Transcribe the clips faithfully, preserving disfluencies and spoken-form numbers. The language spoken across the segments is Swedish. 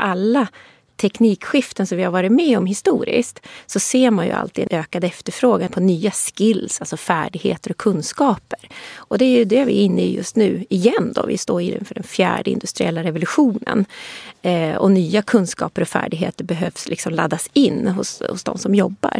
alla teknikskiften som vi har varit med om historiskt, så ser man ju alltid en ökad efterfrågan på nya skills, alltså färdigheter och kunskaper. Och det är ju det vi är inne i just nu igen då. Vi står inför den fjärde industriella revolutionen. Eh, och nya kunskaper och färdigheter behövs liksom laddas in hos, hos de som jobbar.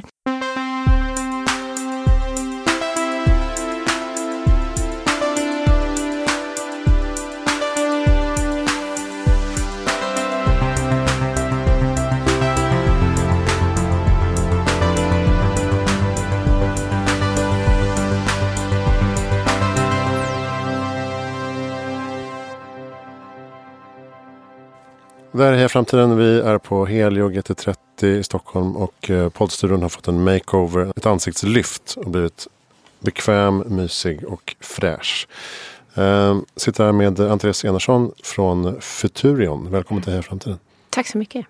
Det här är Framtiden. Vi är på Helio G T trettio i Stockholm och poddstudion har fått en makeover, ett ansiktslyft och blivit bekväm, mysig och fräsch. Eh, sitter här med Ann-Therese Enarsson från Futurion. Välkommen till Här Framtiden. Tack så mycket.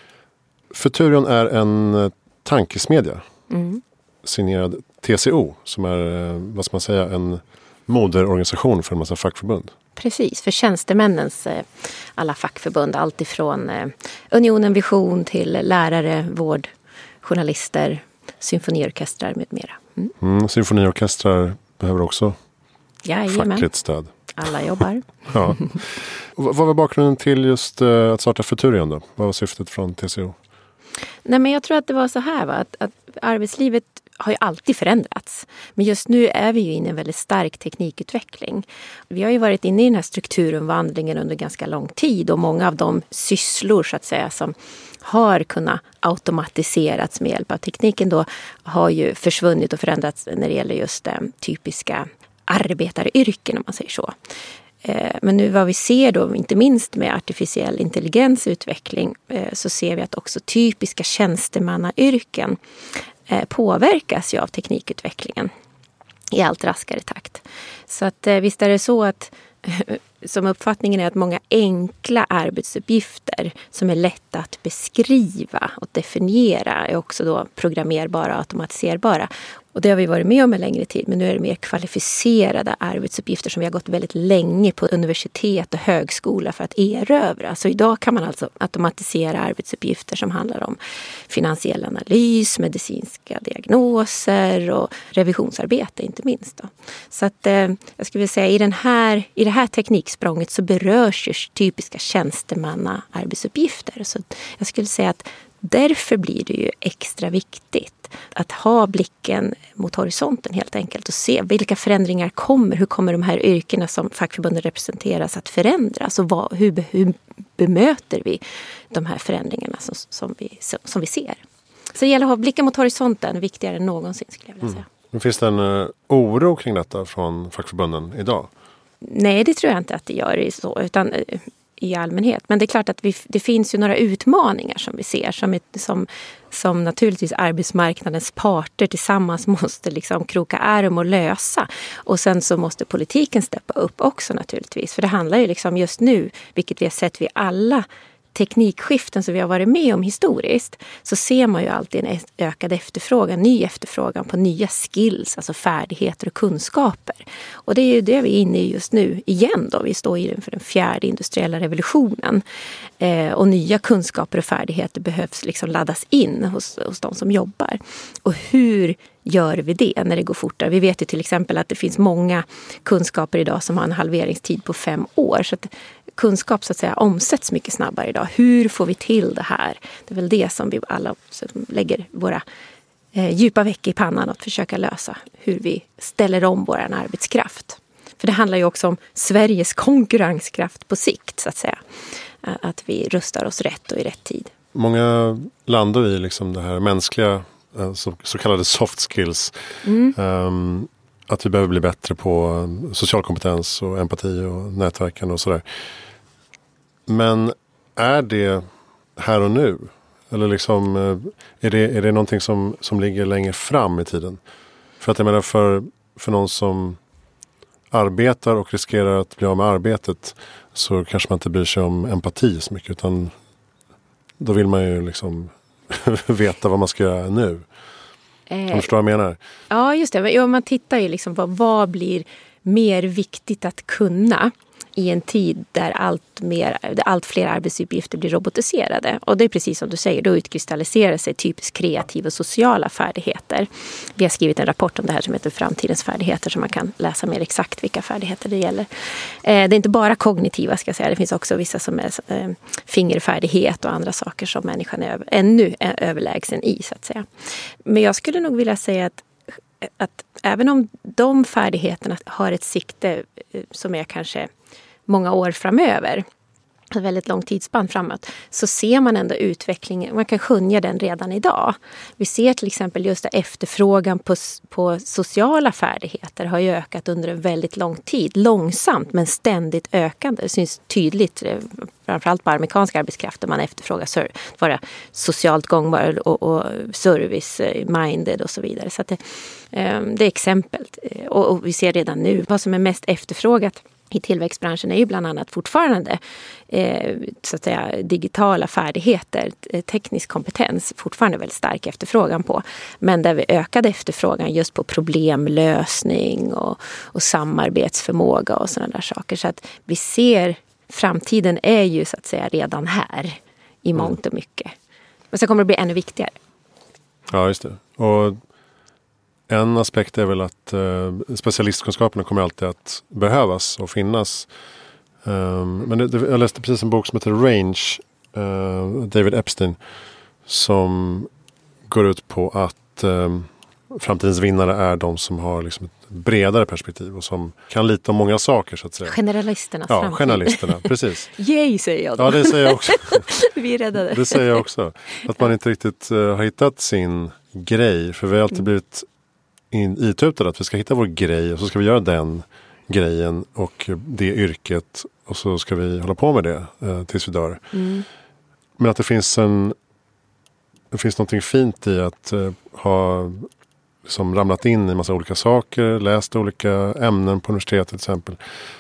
Futurion är en tankesmedja. Mm. Signerad T C O som är, vad ska man säga, en moderorganisation för en massa fackförbund. Precis, för tjänstemännens eh, alla fackförbund, allt ifrån eh, Unionen Vision till lärare, vård, journalister, symfoniorkestrar med mera. Mm. Mm, symfoniorkestrar behöver också Jajamän. Fackligt stöd. Alla jobbar. Ja. Vad var bakgrunden till just uh, att starta Futurion då? Vad var syftet från T C O? Nej, men jag tror att det var så här, va? Att, att arbetslivet har ju alltid förändrats. Men just nu är vi ju inne i en väldigt stark teknikutveckling. Vi har ju varit inne i den här strukturomvandlingen under ganska lång tid. Och många av de sysslor så att säga som har kunnat automatiserats med hjälp av tekniken då har ju försvunnit och förändrats när det gäller just det typiska arbetaryrken om man säger så. Men nu vad vi ser då, inte minst med artificiell intelligensutveckling, så ser vi att också typiska tjänstemannayrken påverkas ju av teknikutvecklingen i allt raskare takt. Så att visst är det så att som uppfattningen är att många enkla arbetsuppgifter som är lätta att beskriva och definiera är också då programmerbara och automatiserbara. Och det har vi varit med om en längre tid, men nu är det mer kvalificerade arbetsuppgifter som vi har gått väldigt länge på universitet och högskola för att erövra. Så idag kan man alltså automatisera arbetsuppgifter som handlar om finansiell analys, medicinska diagnoser och revisionsarbete inte minst då. Så att eh, jag skulle vilja säga i, den här, i det här tekniksprånget så berörs ju typiska tjänstemannaarbetsuppgifter. Så jag skulle säga att därför blir det ju extra viktigt att ha blicken mot horisonten helt enkelt och se vilka förändringar kommer. Hur kommer de här yrkena som fackförbunden representeras att förändras och vad, hur, hur bemöter vi de här förändringarna som, som, vi, som vi ser. Så det gäller att ha blicken mot horisonten, viktigare än någonsin skulle jag vilja säga. Mm. Finns det en uh, oro kring detta från fackförbunden idag? Nej, det tror jag inte att det gör så, utan uh, i allmänhet. Men det är klart att vi, det finns ju några utmaningar som vi ser som, som, som naturligtvis arbetsmarknadens parter tillsammans måste liksom kroka arm och lösa. Och sen så måste politiken steppa upp också naturligtvis. För det handlar ju liksom just nu, vilket vi har sett vid alla teknikskiften som vi har varit med om historiskt, så ser man ju alltid en ökad efterfrågan, ny efterfrågan på nya skills, alltså färdigheter och kunskaper. Och det är ju det vi är inne i just nu igen då. Vi står inför den fjärde industriella revolutionen. Eh, och nya kunskaper och färdigheter behövs liksom laddas in hos, hos de som jobbar. Och hur gör vi det när det går fortare? Vi vet ju till exempel att det finns många kunskaper idag som har en halveringstid på fem år. Så att kunskap så att säga omsätts mycket snabbare idag. Hur får vi till det här? Det är väl det som vi alla som lägger våra eh, djupa veck i pannan att försöka lösa. Hur vi ställer om vår arbetskraft. För det handlar ju också om Sveriges konkurrenskraft på sikt så att säga. Att vi rustar oss rätt och i rätt tid. Många landar i liksom det här mänskliga, så, så kallade soft skills. Mm. Um, att vi behöver bli bättre på social kompetens och empati och nätverkan och sådär. Men är det här och nu? Eller liksom, är det, är det någonting som, som ligger längre fram i tiden? För att jag menar för, för någon som arbetar och riskerar att bli av med arbetet så kanske man inte bryr sig om empati så mycket, utan då vill man ju liksom veta vad man ska göra nu. Eh, Om du förstår vad jag menar? Ja, just det. Ja, man tittar ju liksom på vad blir mer viktigt att kunna i en tid där allt, mer, där allt fler arbetsuppgifter blir robotiserade. Och det är precis som du säger, då utkristalliserar sig typiskt kreativa och sociala färdigheter. Vi har skrivit en rapport om det här som heter Framtidens färdigheter, så man kan läsa mer exakt vilka färdigheter det gäller. Det är inte bara kognitiva, ska jag säga. Det finns också vissa som är fingerfärdighet och andra saker som människan är ännu är överlägsen i, så att säga. Men jag skulle nog vilja säga att att även om de färdigheterna har ett sikte som är kanske många år framöver, ett väldigt lång tidsspann framåt, så ser man ändå utvecklingen, man kan skönja den redan idag. Vi ser till exempel just att efterfrågan på, på sociala färdigheter har ju ökat under en väldigt lång tid, långsamt men ständigt ökande. Det syns tydligt, framförallt på amerikansk arbetskraft, där man efterfrågar vara socialt gångbar och, och service-minded och så vidare. Så att det, det är exempel. Och, och vi ser redan nu vad som är mest efterfrågat i tillväxtbranschen är ju bland annat fortfarande eh, så att säga, digitala färdigheter, teknisk kompetens, fortfarande väldigt stark efterfrågan på. Men där vi ökade efterfrågan just på problemlösning och, och samarbetsförmåga och sådana där saker. Så att vi ser, framtiden är ju så att säga redan här i mångt och mycket. Men så kommer det bli ännu viktigare. Ja, just det. Och en aspekt är väl att eh, specialistkunskaperna kommer alltid att behövas och finnas. Um, men det, det, jag läste precis en bok som heter Range, uh, David Epstein, som går ut på att um, framtidens vinnare är de som har liksom ett bredare perspektiv och som kan lite om många saker, så att säga. Generalisternas ja, framtid. generalisterna, precis. Yay, säger jag då. Ja, det säger jag också. Vi är räddade. Det säger jag också. Att man inte riktigt uh, har hittat sin grej, för vi har alltid blivit itutade att vi ska hitta vår grej och så ska vi göra den grejen och det yrket och så ska vi hålla på med det eh, tills vi dör. Mm. Men att det finns en det finns någonting fint i att eh, ha liksom ramlat in i massa olika saker, läst olika ämnen på universitetet till exempel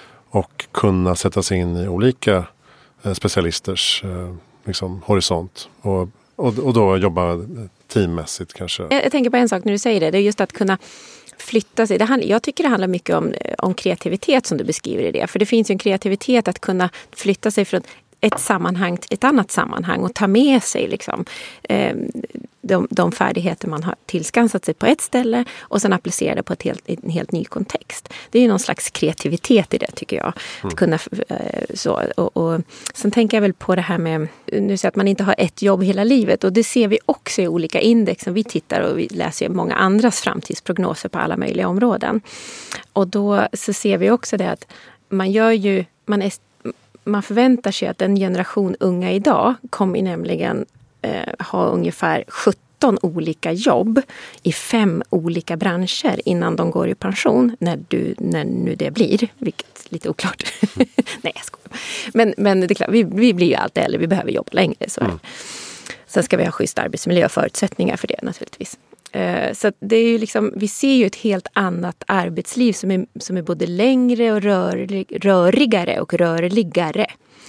och kunna sätta sig in i olika eh, specialisters eh, liksom, horisont och, och, och då jobba teammässigt kanske. Jag, jag tänker på en sak när du säger det. Det är just att kunna flytta sig. Det handlar, jag tycker det handlar mycket om, om kreativitet som du beskriver i det. För det finns ju en kreativitet att kunna flytta sig från ett sammanhang till ett annat sammanhang och ta med sig liksom, eh, de, de färdigheter man har tillskansat sig på ett ställe och sen applicera det på ett helt, en helt ny kontext. Det är ju någon slags kreativitet i det, tycker jag. Mm. Att kunna, eh, så, och, och, sen tänker jag väl på det här med nu så att man inte har ett jobb hela livet, och det ser vi också i olika index som vi tittar, och vi läser ju många andras framtidsprognoser på alla möjliga områden. Och då så ser vi också det att man gör ju, man är Man förväntar sig att en generation unga idag kommer nämligen eh, ha ungefär sjutton olika jobb i fem olika branscher innan de går i pension, när, du, när nu det blir, vilket är lite oklart. Nej, jag skojar. Men, men det är klart, vi, vi blir ju allt äldre, vi behöver jobba längre. Så mm. Sen ska vi ha schysst arbetsmiljö och förutsättningar för det naturligtvis. Så det är ju liksom, vi ser ju ett helt annat arbetsliv som är, som är både längre och rörlig, rörigare och rörligare.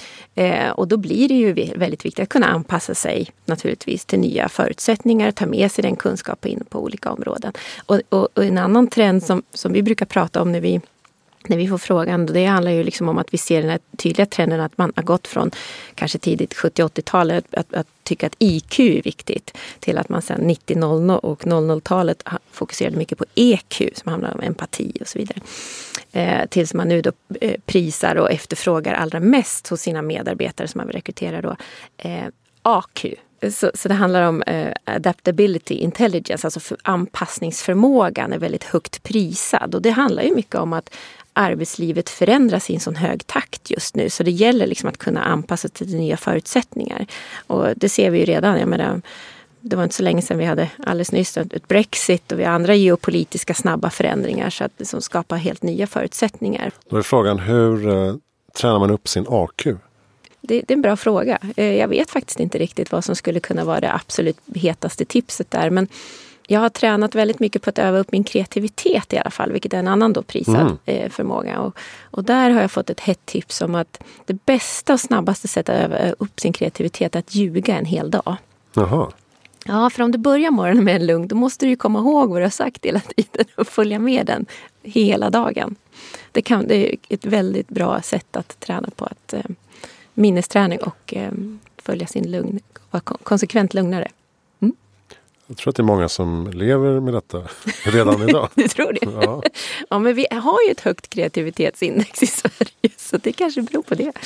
Eh, och då blir det ju väldigt viktigt att kunna anpassa sig naturligtvis till nya förutsättningar, ta med sig den kunskapen på olika områden. Och, och, och en annan trend som, som vi brukar prata om när vi När vi får frågan, det handlar ju liksom om att vi ser den här tydliga trenden att man har gått från kanske tidigt sjuttio-åttiotalet att, att tycka att I Q är viktigt till att man sedan nittio och noll noll-talet fokuserade mycket på E Q som handlar om empati och så vidare. Eh, tills man nu då eh, prisar och efterfrågar allra mest hos sina medarbetare som man vill rekrytera då eh, A Q. Så, så det handlar om eh, adaptability, intelligence, alltså för anpassningsförmågan är väldigt högt prisad. Och det handlar ju mycket om att arbetslivet förändras i en sån hög takt just nu. Så det gäller liksom att kunna anpassa till nya förutsättningar. Och det ser vi ju redan. Jag menar, det var inte så länge sedan vi hade alldeles nyss ett Brexit och vi har andra geopolitiska snabba förändringar så att, som skapar helt nya förutsättningar. Då är frågan, hur eh, tränar man upp sin A Q? Det, det är en bra fråga. Jag vet faktiskt inte riktigt vad som skulle kunna vara det absolut hetaste tipset där. Men jag har tränat väldigt mycket på att öva upp min kreativitet i alla fall. Vilket är en annan då prisad mm. förmåga. Och, och där har jag fått ett hett tips om att det bästa och snabbaste sättet att öva upp sin kreativitet är att ljuga en hel dag. Jaha. Ja, för om du börjar morgonen med en lugn, då måste du ju komma ihåg vad du har sagt hela tiden och följa med den hela dagen. Det, kan, det är ett väldigt bra sätt att träna på, att eh, minnesträning och eh, följa sin lugn, vara konsekvent lugnare. Mm. Jag tror att det är många som lever med detta redan idag. Du tror det? Ja. Ja, men vi har ju ett högt kreativitetsindex i Sverige, så det kanske beror på det.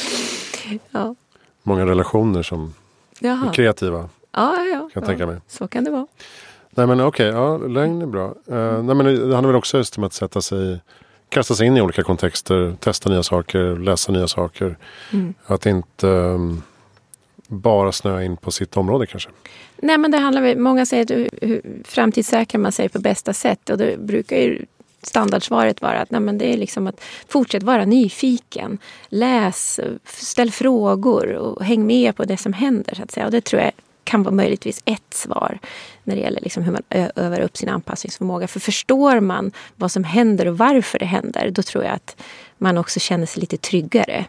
Ja. Många relationer som Jaha. är kreativa. Ja, ja, kan jag ja. tänka mig. Så kan det vara. Nej men okej, okay, ja, lögn är bra. Uh, nej, men det handlar väl också just om att sätta sig, kasta sig in i olika kontexter, testa nya saker, läsa nya saker. Mm. Att inte um, bara snöa in på sitt område kanske. Nej, men det handlar väl, många säger att hur framtidssäkrar man sig på bästa sätt, och det brukar ju standardsvaret vara att nej, men det är liksom att fortsätta vara nyfiken. Läs, ställ frågor och häng med på det som händer, så att säga. Och det tror jag kan vara möjligtvis ett svar när det gäller liksom hur man övar upp sin anpassningsförmåga. För förstår man vad som händer och varför det händer, då tror jag att man också känner sig lite tryggare.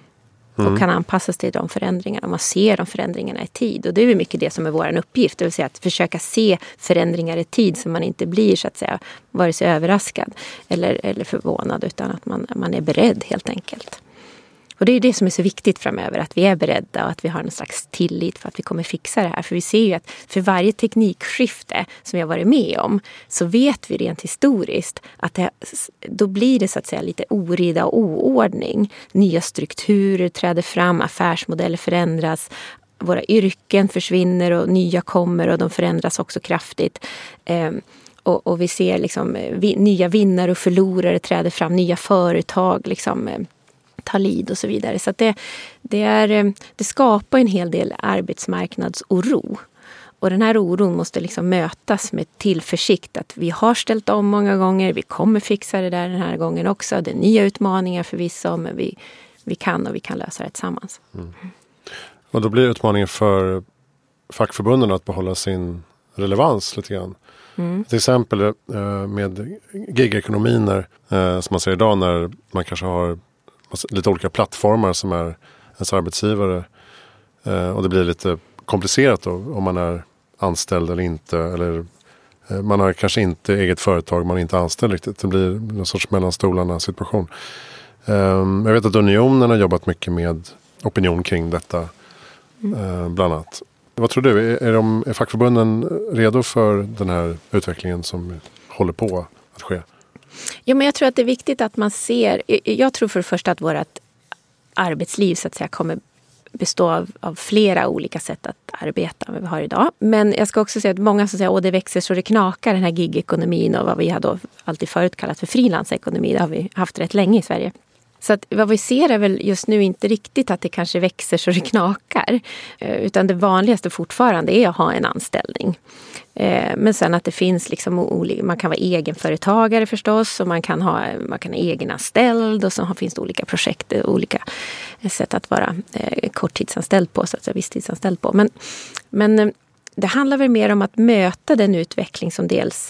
Mm. Och kan anpassas till de förändringarna. Man ser de förändringarna i tid. Och det är ju mycket det som är vår uppgift. Det vill säga att försöka se förändringar i tid, så man inte blir, så att säga, vare sig överraskad eller, eller förvånad, utan att man, man är beredd helt enkelt. Och det är det som är så viktigt framöver, att vi är beredda och att vi har en slags tillit för att vi kommer fixa det här. För vi ser ju att för varje teknikskifte som vi har varit med om, så vet vi rent historiskt att det, då blir det, så att säga, lite oreda och oordning. Nya strukturer träder fram, affärsmodeller förändras, våra yrken försvinner och nya kommer, och de förändras också kraftigt. Ehm, och, och vi ser liksom vi, nya vinnare och förlorare träder fram, nya företag liksom ta lid och så vidare. Så att det, det, är, det skapar en hel del arbetsmarknadsoro. Och den här oron måste liksom mötas med tillförsikt, att vi har ställt om många gånger, vi kommer fixa det där den här gången också. Det är nya utmaningar förvisso, men vi, vi kan och vi kan lösa det tillsammans. Mm. Och då blir utmaningen för fackförbunden att behålla sin relevans lite grann. Mm. Till exempel eh, med gigekonomin när, eh, som man ser idag, när man kanske har lite olika plattformar som är ens arbetsgivare. Eh, och det blir lite komplicerat då, om man är anställd eller inte. Eller eh, man har kanske inte eget företag, man är inte anställd riktigt. Det blir någon sorts mellan stolarna situation. Eh, jag vet att Unionen har jobbat mycket med opinion kring detta. Eh, bland annat. Vad tror du? Är, är, de, är fackförbunden redo för den här utvecklingen som håller på att ske? Ja, men jag tror att det är viktigt att man ser, jag tror för det första att vårt arbetsliv, så att säga, kommer bestå av, av flera olika sätt att arbeta än vad vi har idag. Men jag ska också säga att många som säger att det växer så det knakar, den här gigekonomin, och vad vi har då alltid förut kallat för frilansekonomi, det har vi haft rätt länge i Sverige. Så att vad vi ser är väl just nu inte riktigt att det kanske växer så det knakar. Utan det vanligaste fortfarande är att ha en anställning. Men sen att det finns liksom olika, man kan vara egenföretagare förstås, och man kan ha man kan ha egenanställd, och så finns det olika projekt, olika sätt att vara korttidsanställd på, så att säga visstidsanställd på. Men, men det handlar väl mer om att möta den utveckling som dels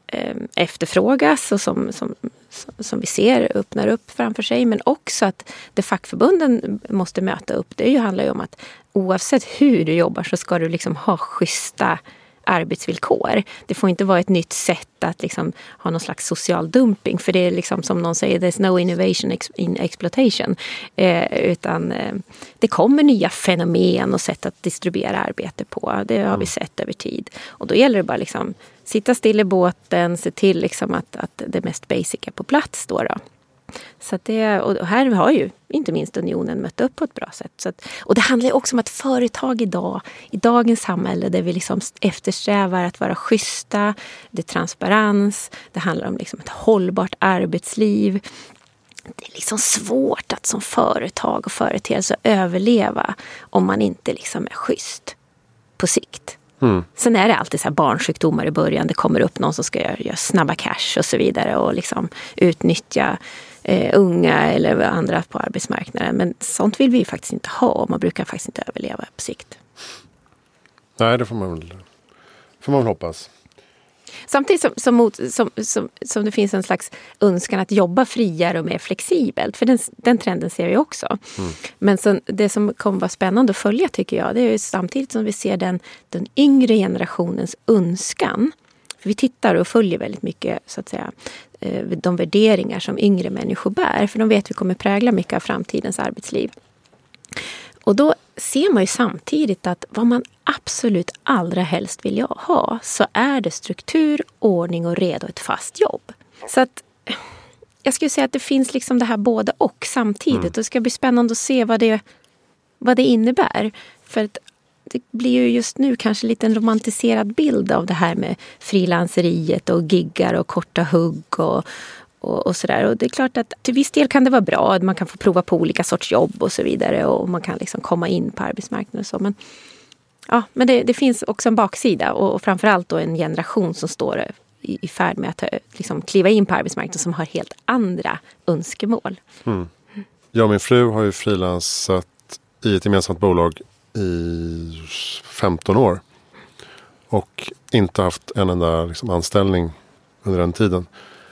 efterfrågas och som, som, som vi ser öppnar upp framför sig, men också att det fackförbunden måste möta upp. Det ju handlar ju om att oavsett hur du jobbar så ska du liksom ha schyssta arbetsvillkor. Det får inte vara ett nytt sätt att liksom ha någon slags social dumping, för det är liksom som någon säger, there's no innovation in exploitation. Eh, utan eh, det kommer nya fenomen och sätt att distribuera arbete på. Det har vi sett över tid. Och då gäller det bara liksom sitta still i båten, se till liksom att, att det mest basic är på plats då. då. Så att det, och här har ju inte minst Unionen mött upp på ett bra sätt. Så att, och det handlar ju också om att företag idag, i dagens samhälle där vi liksom eftersträvar att vara schyssta, det är transparens, det handlar om liksom ett hållbart arbetsliv. Det är liksom svårt att som företag och företeelse överleva om man inte liksom är schysst på sikt. Mm. Sen är det alltid så här barnsjukdomar i början. Det kommer upp någon som ska göra, göra snabba cash och så vidare och liksom utnyttja eh, unga eller andra på arbetsmarknaden. Men sånt vill vi faktiskt inte ha. Man brukar faktiskt inte överleva på sikt. Nej, det får man väl, får man väl hoppas. Samtidigt som, som, mot, som, som, som det finns en slags önskan att jobba friare och mer flexibelt. För den, den trenden ser vi också. Mm. Men så, det som kommer vara spännande att följa tycker jag, det är ju samtidigt som vi ser den, den yngre generationens önskan. För vi tittar och följer väldigt mycket så att säga de värderingar som yngre människor bär. För de vet att vi kommer prägla mycket av framtidens arbetsliv. Och då ser man ju samtidigt att vad man absolut allra helst vill ha så är det struktur, ordning och reda och ett fast jobb. Så att jag skulle säga att det finns liksom det här både och samtidigt. Mm. Och det ska bli spännande att se vad det, vad det innebär. För att det blir ju just nu kanske lite en romantiserad bild av det här med frilanseriet och giggar och korta hugg och, och, och sådär. Och det är klart att till viss del kan det vara bra att man kan få prova på olika sorts jobb och så vidare och man kan liksom komma in på arbetsmarknaden och så. Men, ja, men det, det finns också en baksida och, och framförallt då en generation som står i, i färd med att liksom kliva in på arbetsmarknaden som har helt andra önskemål. Mm. Jag och min fru har ju frilansat i ett gemensamt bolag i femton år och inte haft en enda liksom, anställning under den tiden.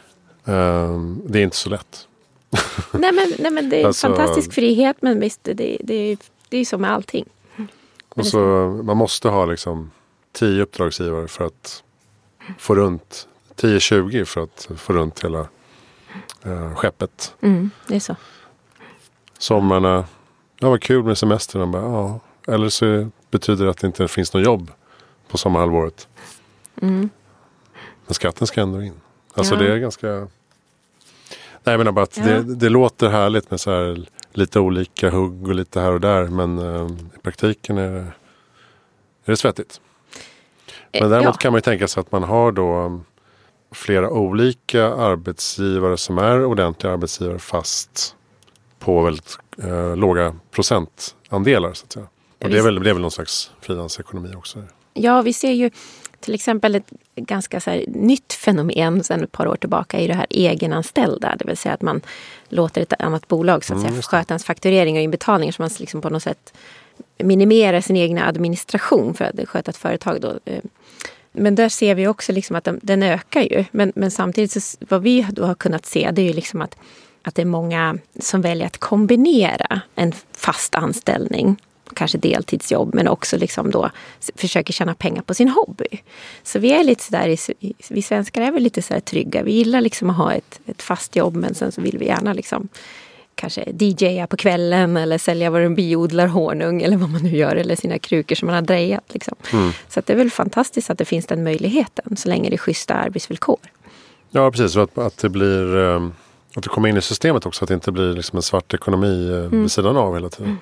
Um, det är inte så lätt. nej, men, nej men det är alltså, fantastisk frihet, men visst det, det, det, det är ju som med allting. Och så, man måste ha liksom tio uppdragsgivare för att få runt tio tjugo för att få runt hela uh, skeppet. Mm, det är så. Sommarna, ja vad kul med semestern. Man bara, ja. Eller så betyder det att det inte finns något jobb på sommarhalvåret. Mm. Men skatten ska ändå in. Alltså ja. Det är ganska... Nej, jag menar bara att ja. det, det låter härligt med så här lite olika hugg och lite här och där. Men eh, i praktiken är det, är det svettigt. Men däremot ja. kan man ju tänka sig att man har då flera olika arbetsgivare som är ordentliga arbetsgivare fast på väldigt eh, låga procentandelar så att säga. Och det är väl, det är väl någon slags frilansekonomi också. Ja, vi ser ju till exempel ett ganska så här nytt fenomen sedan ett par år tillbaka i det här egenanställda. Det vill säga att man låter ett annat bolag så att mm, säga, sköta ens fakturering och inbetalningar så man liksom på något sätt minimerar sin egen administration för att sköta ett företag då. Men där ser vi också liksom att den, den ökar ju. Men, men samtidigt så vad vi då har kunnat se det är ju liksom att, att det är många som väljer att kombinera en fast anställning kanske deltidsjobb, men också liksom då försöker tjäna pengar på sin hobby. Så vi är lite sådär, vi svenskar är väl lite så här trygga. Vi gillar liksom att ha ett, ett fast jobb, men sen så vill vi gärna liksom kanske D J:a på kvällen eller sälja vad en biodlar honung eller vad man nu gör, eller sina krukor som man har drejat liksom. Mm. Så att det är väl fantastiskt att det finns den möjligheten så länge det är schyssta arbetsvillkor. Ja, precis. Att, att det blir att det kommer in i systemet också, att det inte blir liksom en svart ekonomi mm. vid sidan av hela tiden. Mm.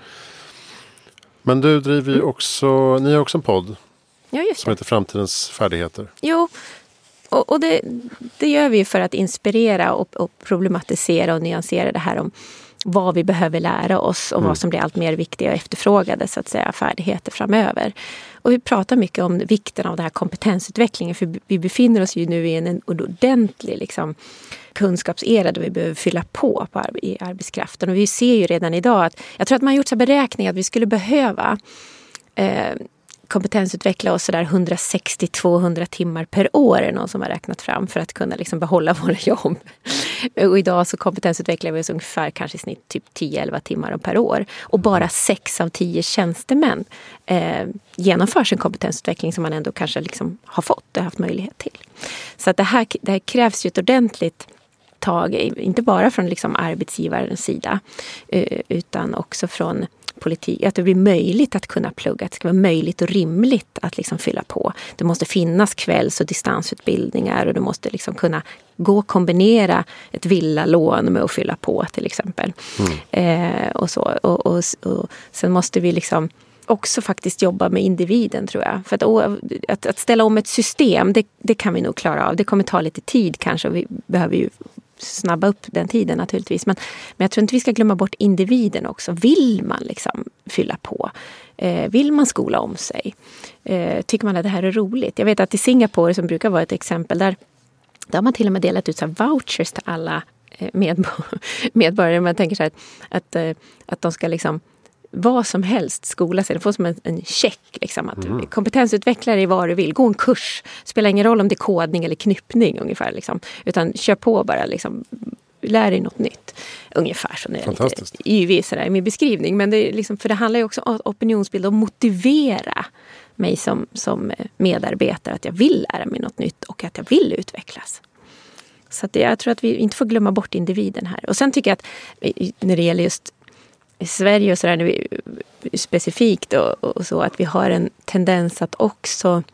Men du driver ju också, ni har också en podd ja, just som heter Framtidens färdigheter. Jo, och, och det, det gör vi för att inspirera och, och problematisera och nyansera det här om vad vi behöver lära oss och mm. vad som blir allt mer viktiga och efterfrågade så att säga färdigheter framöver. Och vi pratar mycket om vikten av den här kompetensutvecklingen, för vi befinner oss ju nu i en ordentlig liksom, kunskapsera där vi behöver fylla på, på ar- i arbetskraften. Och vi ser ju redan idag att, jag tror att man har gjort så beräkningar att vi skulle behöva eh, kompetensutveckla oss sådär etthundrasextio till tvåhundra timmar per år är någon som har räknat fram för att kunna liksom behålla våra jobb. Och idag så kompetensutvecklar vi oss ungefär kanske i snitt typ tio till elva timmar per år. Och bara sex av tio tjänstemän eh, genomför sin kompetensutveckling som man ändå kanske liksom har fått och haft möjlighet till. Så att det här, det här krävs ju ett ordentligt tag, inte bara från liksom arbetsgivarens sida utan också från politik, att det blir möjligt att kunna plugga, att det ska vara möjligt och rimligt att liksom fylla på. Det måste finnas kvälls- och distansutbildningar och du måste liksom kunna gå och kombinera ett villalån med att fylla på till exempel. Mm. Eh, och så. Och, och, och sen måste vi liksom också faktiskt jobba med individen tror jag. För att, att, att ställa om ett system, det, det kan vi nog klara av. Det kommer ta lite tid kanske och vi behöver ju snabba upp den tiden naturligtvis. Men, men jag tror inte vi ska glömma bort individen också. Vill man liksom fylla på? Eh, vill man skola om sig? Eh, tycker man att det här är roligt? Jag vet att i Singapore, som brukar vara ett exempel, där, där har man till och med delat ut så här vouchers till alla eh, medbor- medborgare. Man tänker så här att, att, att de ska liksom vad som helst skola sig. Det får som en, en check. Liksom, att mm. kompetensutvecklare i vad du vill. Gå en kurs. Spelar ingen roll om det är kodning eller knyppning ungefär. Liksom. Utan kör på bara. Liksom, lär dig något nytt. Ungefär så. Fantastiskt. Lite yvig sådär i min beskrivning. Men det är liksom, för det handlar ju också om opinionsbild och motivera mig som, som medarbetare. Att jag vill lära mig något nytt och att jag vill utvecklas. Så att det, jag tror att vi inte får glömma bort individen här. Och sen tycker jag att när det gäller just Sverige och sådär nu specifikt och, och så, att vi har en tendens att också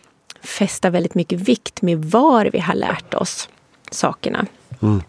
fästa väldigt mycket vikt med var vi har lärt oss sakerna. Mm.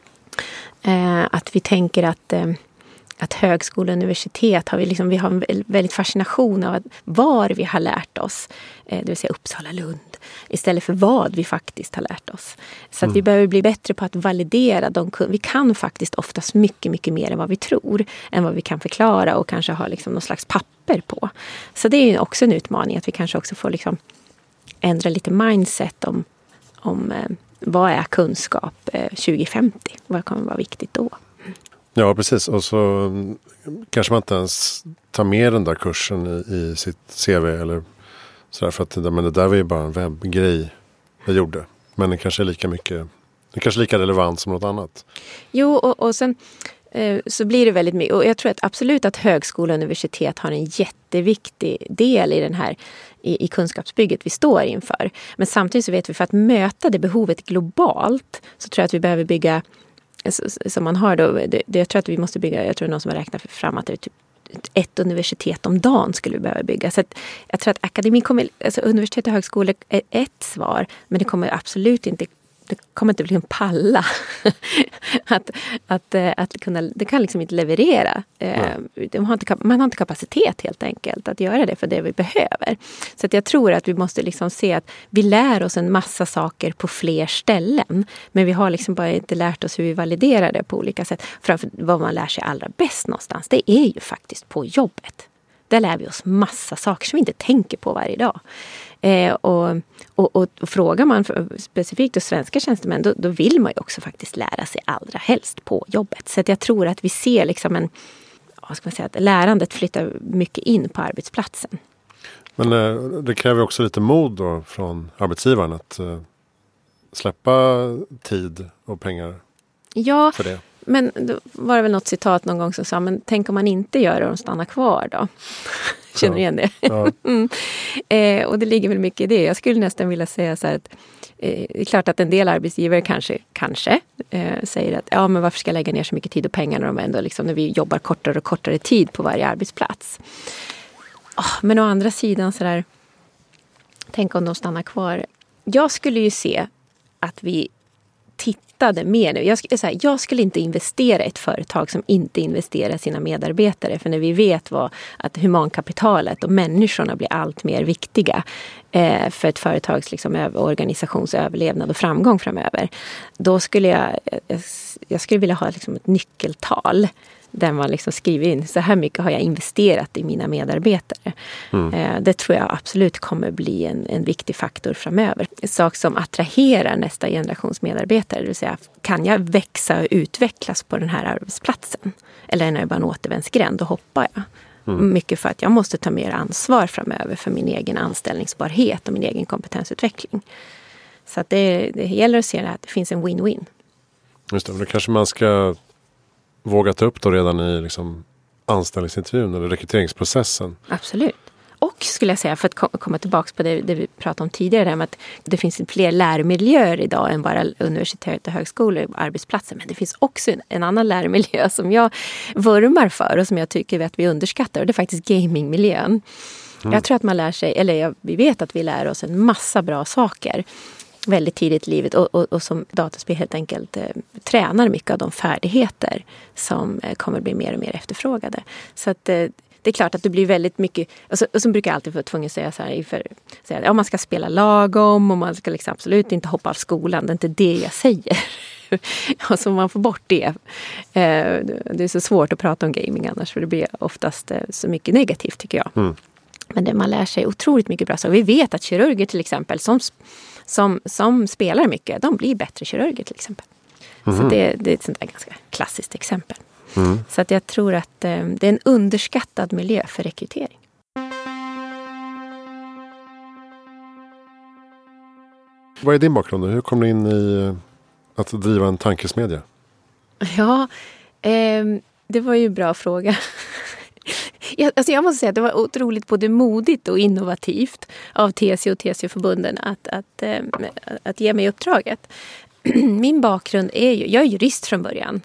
Eh, att vi tänker att, eh, att högskola och universitet har vi liksom, vi har en väldigt fascination av att var vi har lärt oss, eh, det vill säga Uppsala, Lund, istället för vad vi faktiskt har lärt oss. Så att mm. vi behöver bli bättre på att validera de kun- vi kan faktiskt oftast mycket, mycket mer än vad vi tror, än vad vi kan förklara och kanske ha liksom någon slags papper på. Så det är ju också en utmaning att vi kanske också får liksom ändra lite mindset om, om eh, vad är kunskap eh, tjugo femtio? Vad kommer vara viktigt då? Ja, precis. Och så kanske man inte ens tar med den där kursen i, i sitt C V eller sådär. För att men det där var ju bara en webbgrej jag gjorde. Men det kanske är lika mycket, det kanske är lika relevant som något annat. Jo, och, och sen eh, så blir det väldigt mycket. Och jag tror att absolut att högskola och universitet har en jätteviktig del i den här i, i kunskapsbygget vi står inför. Men samtidigt så vet vi för att möta det behovet globalt så tror jag att vi behöver bygga som man har då, det, det, jag tror att vi måste bygga, jag tror någon som har räknat fram att det är typ ett universitet om dagen skulle vi behöva bygga. Så att jag tror att akademin kommer, alltså universitet och högskolor är ett svar, men det kommer absolut inte, det kommer inte bli en palla att, att, att kunna, det kan liksom inte leverera. Mm. Man har inte, man har inte kapacitet helt enkelt att göra det för det vi behöver. Så att jag tror att vi måste liksom se att vi lär oss en massa saker på fler ställen. Men vi har liksom bara inte lärt oss hur vi validerar det på olika sätt. Framför vad man lär sig allra bäst någonstans, det är ju faktiskt på jobbet. Där lär vi oss massa saker som vi inte tänker på varje dag. Eh, och, och, och, och frågar man för, specifikt hos svenska tjänstemän, då, då vill man ju också faktiskt lära sig allra helst på jobbet. Så att jag tror att vi ser liksom en, vad ska man säga, att lärandet flyttar mycket in på arbetsplatsen. Men eh, det kräver också lite mod då från arbetsgivaren att eh, släppa tid och pengar ja, för det. Men då var det väl något citat någon gång som sa, men tänk om man inte gör det och de stannar kvar då. Känner du igen det? Ja. mm. eh, och det ligger väl mycket i det. Jag skulle nästan vilja säga så här att eh, det är klart att en del arbetsgivare kanske, kanske eh, säger att ja, men varför ska jag lägga ner så mycket tid och pengar när, de ändå liksom, när vi jobbar kortare och kortare tid på varje arbetsplats. Oh, men å andra sidan så där, tänk om de stannar kvar. Jag skulle ju se att vi tittade mer nu. Jag, sk- så här, jag skulle inte investera i ett företag som inte investerar i sina medarbetare. För när vi vet vad, att humankapitalet och människorna blir allt mer viktiga eh, för ett företags liksom, över, organisations överlevnad och framgång framöver. Då skulle jag, jag, jag skulle vilja ha liksom, ett nyckeltal där man liksom skriver in så här mycket har jag investerat i mina medarbetare. Mm. Eh, det tror jag absolut kommer bli en, en viktig faktor framöver. En sak som attraherar nästa generations medarbetare. Det vill säga, kan jag växa och utvecklas på den här arbetsplatsen? Eller är det bara en återvändsgränd? Då hoppar jag. Mm. Mycket för att jag måste ta mer ansvar framöver för min egen anställningsbarhet och min egen kompetensutveckling. Så att det, det gäller att se att det finns en win-win. Just det, men då kanske man ska våga ta upp då redan i liksom anställningsintervjun eller rekryteringsprocessen. Absolut. Och skulle jag säga, för att komma tillbaka på det, det vi pratade om tidigare, med att det finns fler lärmiljöer idag än bara universitet och högskolor och arbetsplatser. Men det finns också en, en annan lärmiljö som jag vurmar för och som jag tycker att vi underskattar. Och det är faktiskt gamingmiljön. Mm. Jag tror att man lär sig, eller jag, vi vet att vi lär oss en massa bra saker väldigt tidigt i livet och, och, och som dataspel helt enkelt eh, tränar mycket av de färdigheter som eh, kommer bli mer och mer efterfrågade. Så att eh, det är klart att det blir väldigt mycket, och så, och så brukar jag alltid få tvungen säga så här, för, säga, ja, man ska spela lagom och man ska liksom absolut inte hoppa av skolan, det är inte det jag säger. Och så man får bort det. Eh, det är så svårt att prata om gaming annars, för det blir oftast eh, så mycket negativt tycker jag. Mm. Men det man lär sig otroligt mycket bra. Så vi vet att kirurger till exempel som Som, som spelar mycket, de blir bättre kirurger till exempel. Mm. Så det, det är ett sånt där ganska klassiskt exempel. Mm. Så att jag tror att eh, det är en underskattad miljö för rekrytering. Vad är din bakgrund? Hur kom du in i att driva en tankesmedja? Ja, eh, det var ju en bra fråga. jag, alltså jag måste säga att det var otroligt både modigt och innovativt av T C O och T C O-förbunden att, att, eh, att ge mig uppdraget. Min bakgrund är ju, jag är jurist från början.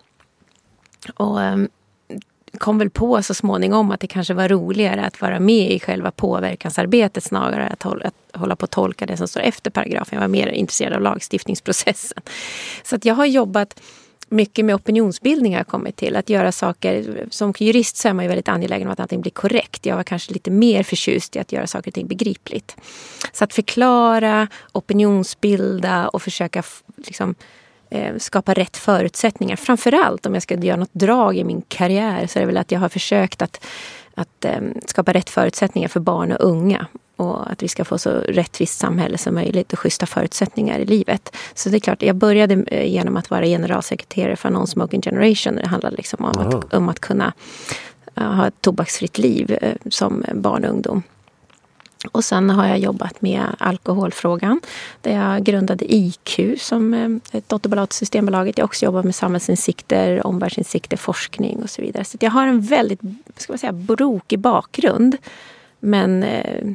Och eh, kom väl på så småningom att det kanske var roligare att vara med i själva påverkansarbetet snarare att hålla, att hålla på att tolka det som står efter paragrafen. Jag var mer intresserad av lagstiftningsprocessen. Så att jag har jobbat mycket med opinionsbildning, har kommit till. Att göra saker, som jurist så är man ju väldigt angelägen om att allting blir korrekt. Jag var kanske lite mer förtjust i att göra saker och ting begripligt. Så att förklara, opinionsbilda och försöka liksom skapa rätt förutsättningar. Framförallt om jag ska göra något drag i min karriär så är det väl att jag har försökt att, att um, skapa rätt förutsättningar för barn och unga. Och att vi ska få så rättvist samhälle som möjligt och schyssta förutsättningar i livet. Så det är klart, jag började genom att vara generalsekreterare för Non-Smoking Generation. Det handlar liksom om, att, om att kunna uh, ha ett tobaksfritt liv uh, som barn och ungdom. Och sen har jag jobbat med alkoholfrågan där jag grundade I Q som ett dotterbolag till Systembolaget. Jag har också jobbat med samhällsinsikter, omvärldsinsikter, forskning och så vidare. Så jag har en väldigt, ska man säga, brokig bakgrund. Men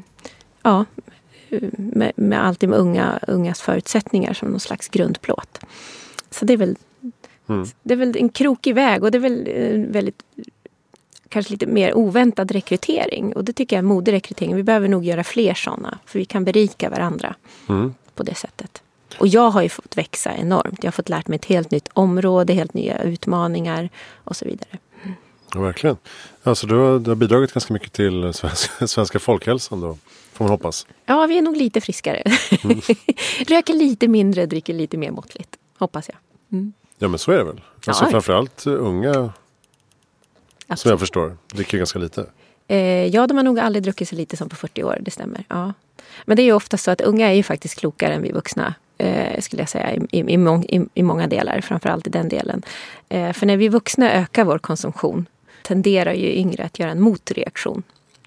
ja, med, med alltid med unga, ungas förutsättningar som någon slags grundplåt. Så det är väl, mm. det är väl en krokig väg och det är väl väldigt kanske lite mer oväntad rekrytering. Och det tycker jag är modig rekrytering. Vi behöver nog göra fler sådana. För vi kan berika varandra mm. på det sättet. Och jag har ju fått växa enormt. Jag har fått lärt mig ett helt nytt område, helt nya utmaningar och så vidare. Mm. Ja, verkligen. Alltså du har, du har bidragit ganska mycket till svenska, svenska folkhälsan då, får man hoppas. Ja, vi är nog lite friskare. Mm. Röker lite mindre, dricker lite mer måttligt. Hoppas jag. Mm. Ja, men så är det väl. Alltså ja. Framförallt unga... Absolut. Som jag förstår, dricker ganska lite. Eh, ja, de har nog aldrig druckit så lite som på fyrtio år, det stämmer. Ja. Men det är ju ofta så att unga är ju faktiskt klokare än vi vuxna, eh, skulle jag säga, i, i, i, mång, i, i många delar, framförallt i den delen. Eh, för när vi vuxna ökar vår konsumtion tenderar ju yngre att göra en motreaktion.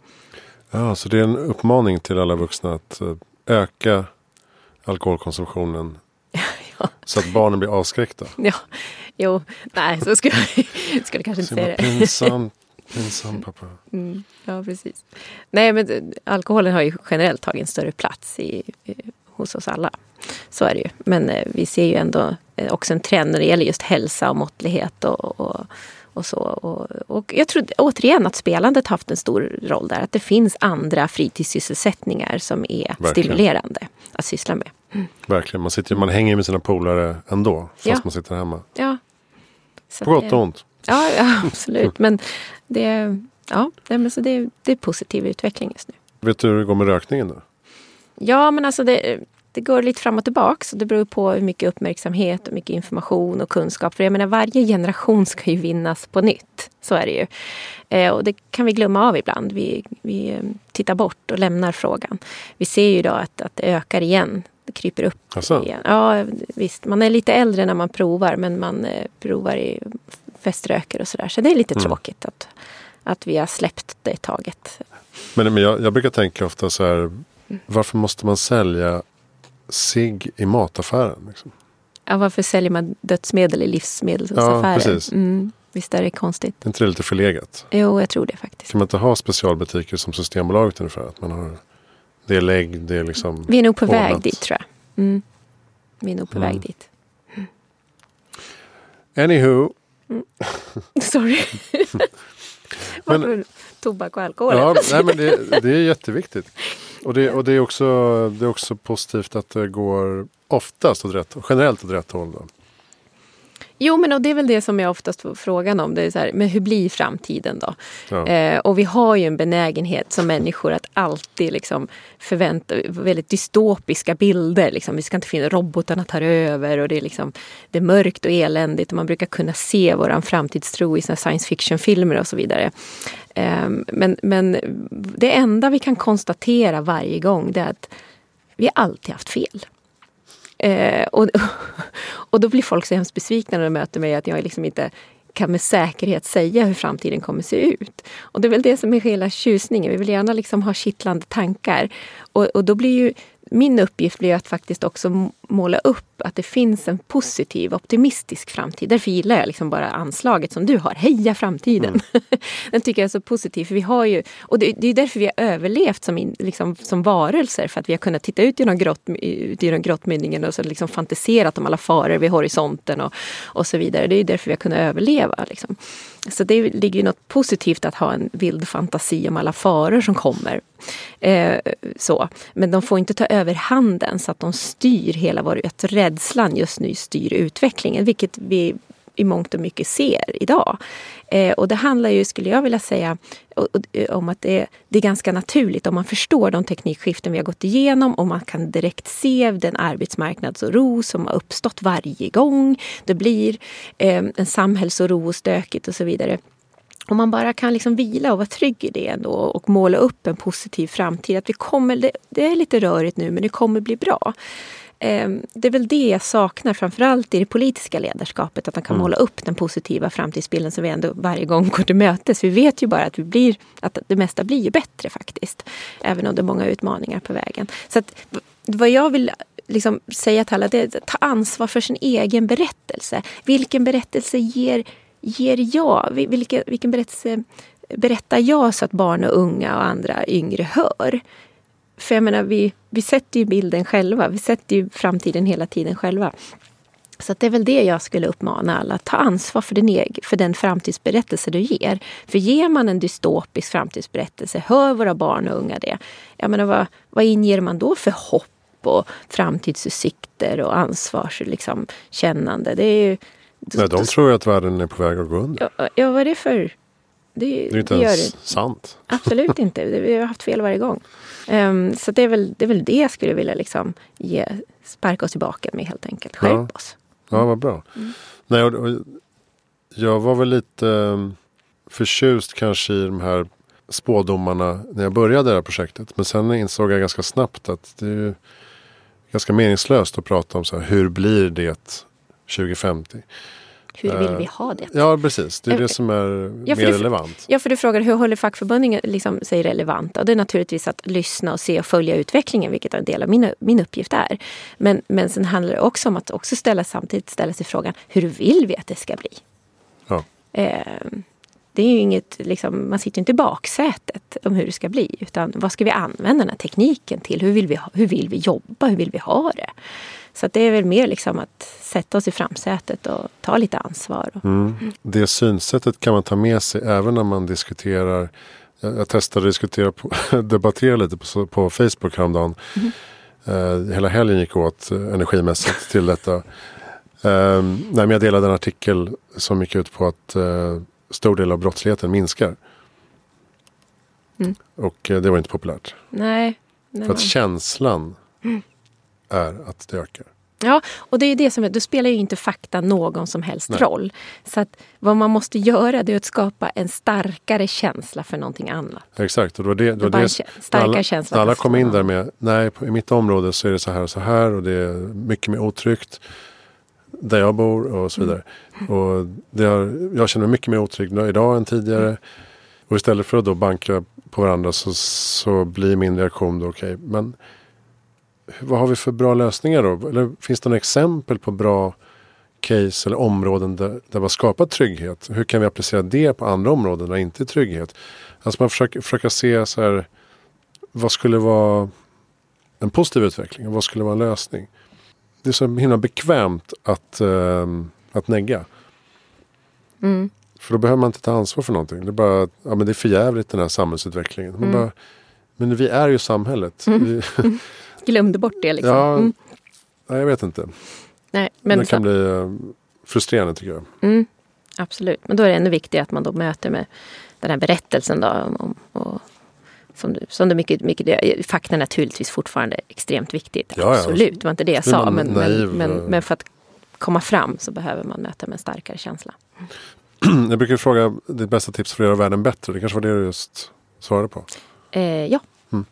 Ja, så det är en uppmaning till alla vuxna att öka alkoholkonsumtionen ja. Så att barnen blir avskräckta. Ja, jo, nej, så skulle jag skulle kanske inte säga det. Pinsam, pinsam pappa. Mm, ja, precis. Nej, men alkoholen har ju generellt tagit en större plats i, i, hos oss alla. Så är det ju. Men eh, vi ser ju ändå eh, också en trend när det gäller just hälsa och måttlighet och, och, och så. Och, och jag tror återigen att spelandet har haft en stor roll där. Att det finns andra fritidssysselsättninningar som är Verkligen. Stimulerande att syssla med. Mm. Verkligen, man, sitter, man hänger med sina polare ändå, fast ja. Man sitter hemma. Ja. Så på gott och ont. Ja, ja, absolut. Men det, ja, men så det, det är positiv utveckling just nu. Vet du hur det går med rökningen då? Ja, men alltså det, det går lite fram och tillbaka. Så det beror på hur mycket uppmärksamhet och mycket information och kunskap. För jag menar, varje generation ska ju vinnas på nytt. Så är det ju. Eh, och det kan vi glömma av ibland. Vi, vi tittar bort och lämnar frågan. Vi ser ju idag att, att det ökar igen. Det kryper upp alltså. Igen. Ja, visst. Man är lite äldre när man provar. Men man eh, provar i feströker och sådär. Så det är lite mm. tråkigt att, att vi har släppt det taget. Men, men jag, jag brukar tänka ofta så här. Mm. Varför måste man sälja cigg i mataffären? Liksom? Ja, varför säljer man dödsmedel i livsmedelsaffärer? Ja, precis. Mm, visst är det konstigt. Är inte det lite förlegat? Jo, jag tror det faktiskt. Kan man inte ha specialbutiker som Systembolaget ungefär? Att man har, det är lägg, det är liksom... Vi är nog på ordnat. väg dit, tror jag. Mm. Vi är nog på mm. väg dit. Mm. Anywho. Mm. Sorry. men, varför tobak och alkohol? Ja, nej, men det, det är jätteviktigt. Och, det, och det, är också, det är också positivt att det går oftast åt rätt, generellt åt rätt håll då. Jo, men och det är väl det som jag oftast får frågan om. Det är så här, men hur blir framtiden då? Ja. Eh, och vi har ju en benägenhet som människor att alltid liksom förvänta väldigt dystopiska bilder. Liksom. Vi ska inte finna robotarna tar över och det är, liksom, det är mörkt och eländigt. Och man brukar kunna se våran framtidstro i såna science fiction-filmer och så vidare. Eh, men, men det enda vi kan konstatera varje gång det är att vi har alltid haft fel. Eh, och, och då blir folk så hemskt besvikna när de möter mig att jag liksom inte, kan med säkerhet säga hur framtiden kommer se ut. Och det är väl det som är hela tjusningen. Vi vill gärna liksom ha kittlande tankar. Och, och då blir ju min uppgift blir att faktiskt också måla upp att det finns en positiv, optimistisk framtid. Därför gillar jag liksom bara anslaget som du har. Heja framtiden! Mm. Den tycker jag är så positiv. För vi har ju, och det, det är därför vi har överlevt som, in, liksom, som varelser. För att vi har kunnat titta ut genom, grott, ut genom grottmynningen och så liksom fantiserat om alla faror vid horisonten och, och så vidare. Det är därför vi har kunnat överleva. Liksom. Så det ligger ju något positivt att ha en vild fantasi om alla faror som kommer. Eh, så. Men de får inte ta över handen så att de styr hela vår... Att rädslan just nu styr utvecklingen, vilket vi i mångt och mycket ser idag. Eh, och det handlar ju, skulle jag vilja säga, och, och, om att det, det är ganska naturligt om man förstår de teknikskiften vi har gått igenom och man kan direkt se den arbetsmarknadsoro som har uppstått varje gång. Det blir eh, en samhällsoro och stökigt och så vidare. Om man bara kan liksom vila och vara trygg i det ändå och måla upp en positiv framtid. Att vi kommer, det, det är lite rörigt nu men det kommer bli bra. Det är väl det jag saknar framförallt i det politiska ledarskapet. Att man kan mm. måla upp den positiva framtidsbilden som vi ändå varje gång går till mötes. Vi vet ju bara att, vi blir, att det mesta blir ju bättre faktiskt. Även om det är många utmaningar på vägen. Så att, vad jag vill liksom säga till alla det är att ta ansvar för sin egen berättelse. Vilken berättelse ger, ger jag? Vilken, vilken berättelse berättar jag så att barn och unga och andra yngre hör? För jag menar, vi, vi sätter ju bilden själva. Vi sätter ju framtiden hela tiden själva. Så att det är väl det jag skulle uppmana alla. Ta ansvar för den, egen, för den framtidsberättelse du ger. För ger man en dystopisk framtidsberättelse, hör våra barn och unga det. Jag menar, vad, vad inger man då för hopp och framtidsutsikter och ansvarskännande? Liksom, det är ju... Nej, de tror ju att världen är på väg att gå under. Ja, ja vad är det för... Det, det är inte det ens det. Sant. Absolut inte. Vi har haft fel varje gång. Um, så det är, väl, det är väl det jag skulle vilja liksom ge, sparka oss tillbaka med helt enkelt. Skärp ja. oss. Ja, vad bra. Mm. Nej, och, och, jag var väl lite um, förtjust kanske i de här spådomarna när jag började det här projektet. Men sen insåg jag ganska snabbt att det är ganska meningslöst att prata om så här, hur blir det tjugo femtio? Hur vill vi ha det? Ja, precis. Det är det som är ja, mer du, relevant. Ja, för du frågar hur håller fackförbundningen liksom sig relevanta? Och det är naturligtvis att lyssna och se och följa utvecklingen, vilket en del av min, min uppgift är. Men, men sen handlar det också om att också ställa, samtidigt ställa sig frågan, hur vill vi att det ska bli? Ja. Eh, det är ju inget, liksom, man sitter inte i baksätet om hur det ska bli. Utan vad ska vi använda den här tekniken till? Hur vill vi, hur vill vi jobba? Hur vill vi ha det? Så att det är väl mer liksom att sätta oss i framsätet och ta lite ansvar. Mm. Det synsättet kan man ta med sig även när man diskuterar. Jag, jag testade att diskutera på, debattera lite på, på Facebook häromdagen. Mm. Uh, hela helgen gick åt uh, energimässigt till detta. Uh, nej, men jag delade en artikel som gick ut på att uh, stor del av brottsligheten minskar. Mm. Och uh, det var inte populärt. Nej. nej För att känslan mm. är att det ökar. Ja, och det är det som är, då spelar ju inte fakta någon som helst Nej. roll. Så att vad man måste göra det är att skapa en starkare känsla för någonting annat. Exakt, och det var det, det, var det starkare alla, känsla. Alla kom in där med, nej, i mitt område så är det så här och så här och det är mycket mer otryggt där jag bor och så vidare. Mm. Och det har, jag känner mig mycket mer otrygg idag än tidigare. Mm. Och istället för att då banka på varandra så, så blir min reaktion då okej, okay, men vad har vi för bra lösningar då? Eller finns det några exempel på bra case eller områden där, där man skapar trygghet? Hur kan vi applicera det på andra områden där det inte är trygghet? Alltså man försöker, försöker se så här, vad skulle vara en positiv utveckling och vad skulle vara en lösning? Det är så himla bekvämt att, äh, att negga. Mm. För då behöver man inte ta ansvar för någonting. Det är bara, ja men det är för jävligt den här samhällsutvecklingen. Man mm. bara, men vi är ju samhället. Mm. Vi, glömde bort det liksom. Ja, mm. nej, jag vet inte. Nej, men det så, kan bli uh, frustrerande tycker jag. Mm, absolut. Men då är det ännu viktigare att man då möter med den här berättelsen då. Om, och, som du, som du mycket, mycket det, fakta är naturligtvis fortfarande extremt viktigt. Ja, absolut, det var inte det jag sa. Men, men, men, men för att komma fram så behöver man möta med en starkare känsla. Jag brukar fråga ditt bästa tips för att göra världen bättre. Det kanske var det du just svarade på. Eh, ja. Mm.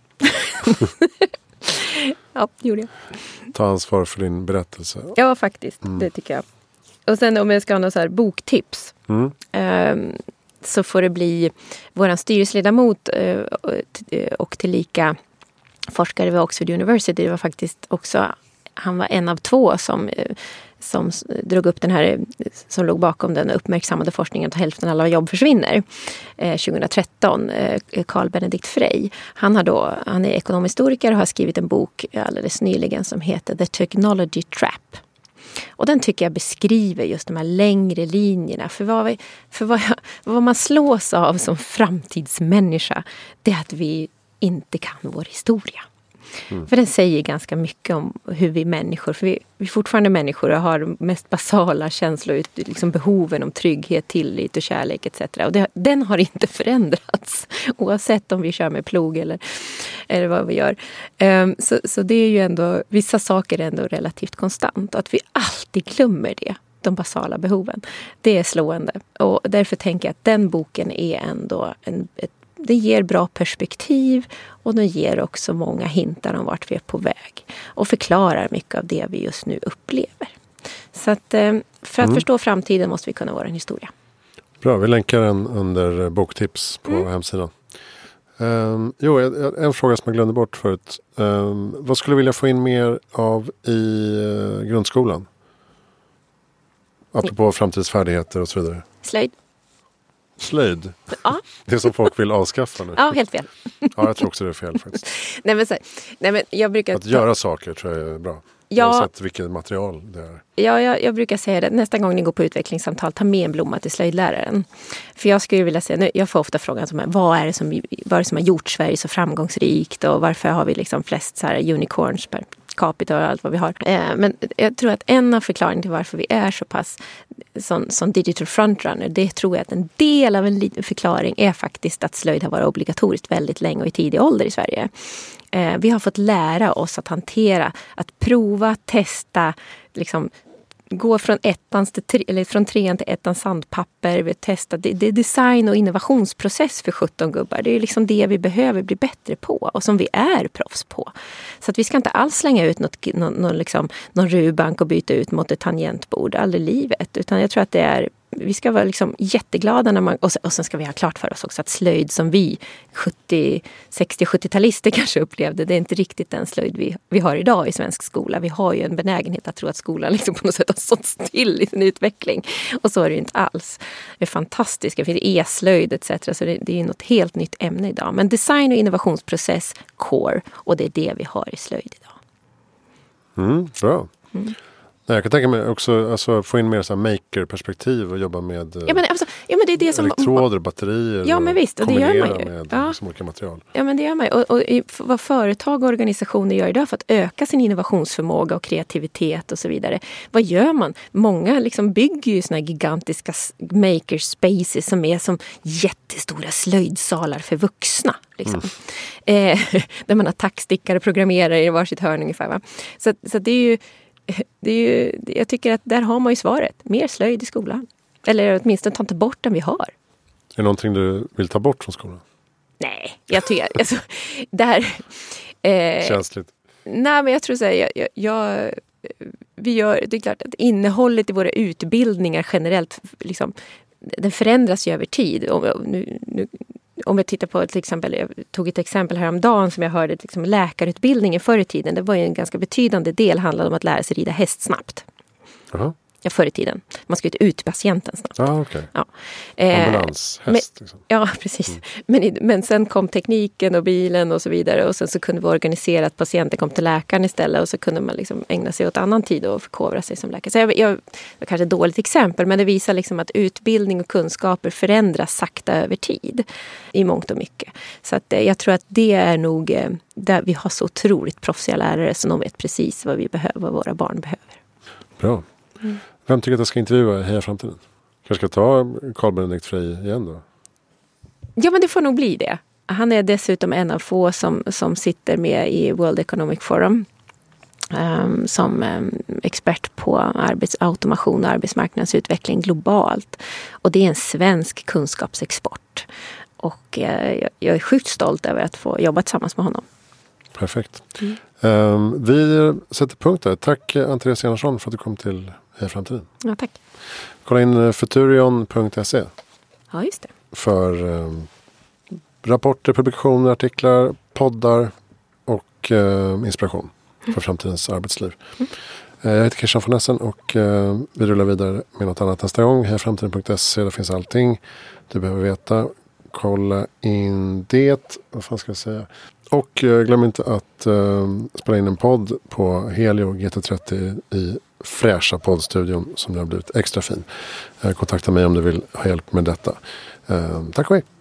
Ja, det gjorde jag. Ta ansvar för din berättelse. Ja, faktiskt. Mm. Det tycker jag. Och sen om jag ska ha några så här boktips. Mm. Um, så får det bli våran styrelseledamot uh, och tillika forskare vid Oxford University. Det var faktiskt också, han var en av två som, som drog upp den här, som låg bakom den uppmärksammade forskningen att hälften av alla jobb försvinner eh, tjugohundratretton, eh, Carl Benedikt Frey. Han, har då, han är ekonomhistoriker och har skrivit en bok alldeles nyligen som heter The Technology Trap. Och den tycker jag beskriver just de här längre linjerna. För vad, vi, för vad, jag, vad man slås av som framtidsmänniska, det är att vi inte kan vår historia. Mm. För den säger ganska mycket om hur vi människor, för vi, vi är fortfarande människor och har de mest basala känslor, liksom behoven om trygghet, tillit och kärlek et cetera. Och det, den har inte förändrats oavsett om vi kör med plog eller, eller vad vi gör. Um, så, så det är ju ändå, vissa saker är ändå relativt konstant och att vi alltid glömmer det. De basala behoven. Det är slående. Och därför tänker jag att den boken är ändå en, ett det ger bra perspektiv och den ger också många hintar om vart vi är på väg. Och förklarar mycket av det vi just nu upplever. Så att för att mm. förstå framtiden måste vi kunna vara en historia. Bra, vi länkar den under boktips på mm. hemsidan. Um, jo, en fråga som jag glömde bort förut. Um, vad skulle du vilja få in mer av i uh, grundskolan? Apropå mm. framtidsfärdigheter och så vidare. Slöjd. Slöjd? Ja. Det som folk vill avskaffa nu. Ja, helt fel. Ja, jag tror också det är fel faktiskt. Nej, men så, nej, men jag brukar Att ta... göra saker tror jag är bra. Ja. Oavsett vilket material det är. Ja, jag, jag brukar säga det. Nästa gång ni går på utvecklingssamtal, ta med en blomma till slöjdläraren. För jag skulle vilja säga, nu, jag får ofta frågan som vad är det som, vad är det som har gjort Sverige så framgångsrikt och varför har vi liksom flest så här unicorns per capita och allt vad vi har. Eh, men jag tror att en av förklaringarna till varför vi är så pass som, som digital frontrunner, det tror jag att en del av en liten förklaring är faktiskt att slöjd har varit obligatoriskt väldigt länge och i tidig ålder i Sverige. Eh, vi har fått lära oss att hantera, att prova, testa, liksom gå från ettans till tre, eller från trean till ettans sandpapper, vi testar, det, det är design och innovationsprocess för sjutton gubbar. Det är liksom det vi behöver bli bättre på och som vi är proffs på. Så att vi ska inte alls slänga ut något, någon, någon, liksom, någon rubank och byta ut mot ett tangentbord aldrig i livet, utan jag tror att det är vi ska vara liksom jätteglada när man, och sen, och sen ska vi ha klart för oss också att slöjd som vi sjuttio, sextio, sjuttio-talister kanske upplevde, det är inte riktigt den slöjd vi, vi har idag i svensk skola. Vi har ju en benägenhet att tro att skolan liksom på något sätt har stått still i sin utveckling. Och så är det ju inte alls. Det är fantastiskt. Det finns e-slöjd et cetera. Så det, det är något helt nytt ämne idag. Men design och innovationsprocess, core, och det är det vi har i slöjd idag. Mm, bra. Mm. Jag kan tänka mig också alltså, få in mer så här maker-perspektiv och jobba med ja, men, alltså, ja, men det är det som, elektroder, batterier ja, men visst, och det gör man ju. med ja. liksom, olika material. Ja, men det gör man ju. Och, och vad företag och organisationer gör idag för att öka sin innovationsförmåga och kreativitet och så vidare. Vad gör man? Många liksom bygger ju såna här gigantiska makerspaces som är som jättestora slöjdsalar för vuxna. Liksom. Mm. Eh, där man har tackstickare och programmerar i varsitt hörn ungefär. Va? Så, så det är ju Det är ju, jag tycker att där har man ju svaret. Mer slöjd i skolan. Eller åtminstone ta inte bort den vi har. Är det någonting du vill ta bort från skolan? Nej, jag tycker... alltså, där, eh, Känsligt. Nej, men jag tror så här... Jag, jag, jag, vi gör, det är klart att innehållet i våra utbildningar generellt... Liksom, den förändras ju över tid. Och nu... nu Om jag tittar på till exempel, jag tog ett exempel häromdagen som jag hörde, liksom läkarutbildningen förr i tiden. Det var ju en ganska betydande del, handlade om att lära sig rida häst snabbt. Uh-huh. Ja, förr i tiden. Man skulle ut patienten snabbt. Ah, okay. Ja, ambulanshäst. Men, liksom. Ja, precis. Mm. Men, men sen kom tekniken och bilen och så vidare. Och sen så kunde vi organisera att patienten kom till läkaren istället. Och så kunde man liksom ägna sig åt annan tid och förkovra sig som läkare. Så jag, jag, det var kanske ett dåligt exempel, men det visar liksom att utbildning och kunskaper förändras sakta över tid. I mångt och mycket. Så att, jag tror att det är nog där vi har så otroligt proffsiga lärare som de vet precis vad vi behöver, vad våra barn behöver. Bra. Mm. Vem tycker att jag ska intervjua i Heja Framtiden? Kanske ska ta Carl Benedikt Frey igen då? Ja, men det får nog bli det. Han är dessutom en av få som, som sitter med i World Economic Forum. Um, som um, expert på arbetsautomation och arbetsmarknadsutveckling globalt. Och det är en svensk kunskapsexport. Och uh, jag, jag är sjukt stolt över att få jobba tillsammans med honom. Perfekt. Mm. Um, vi sätter punkt där. Tack Ann-Therese Enarsson för att du kom till Heja Framtiden. Ja, tack. Kolla in futurion punkt se. Ja, just det. För eh, rapporter, publikationer, artiklar, poddar och eh, inspiration för framtidens arbetsliv. Mm. Eh, jag heter Christian von Essen och eh, vi rullar vidare med något annat nästa gång. Heja Framtiden punkt se, där finns allting du behöver veta. Kolla in det. Vad fan ska jag säga? Och eh, glöm inte att eh, spela in en podd på Helio G T trettio i fräscha poddstudion som nu har blivit extra fin. Eh, kontakta mig om du vill ha hjälp med detta. Eh, tack och hej!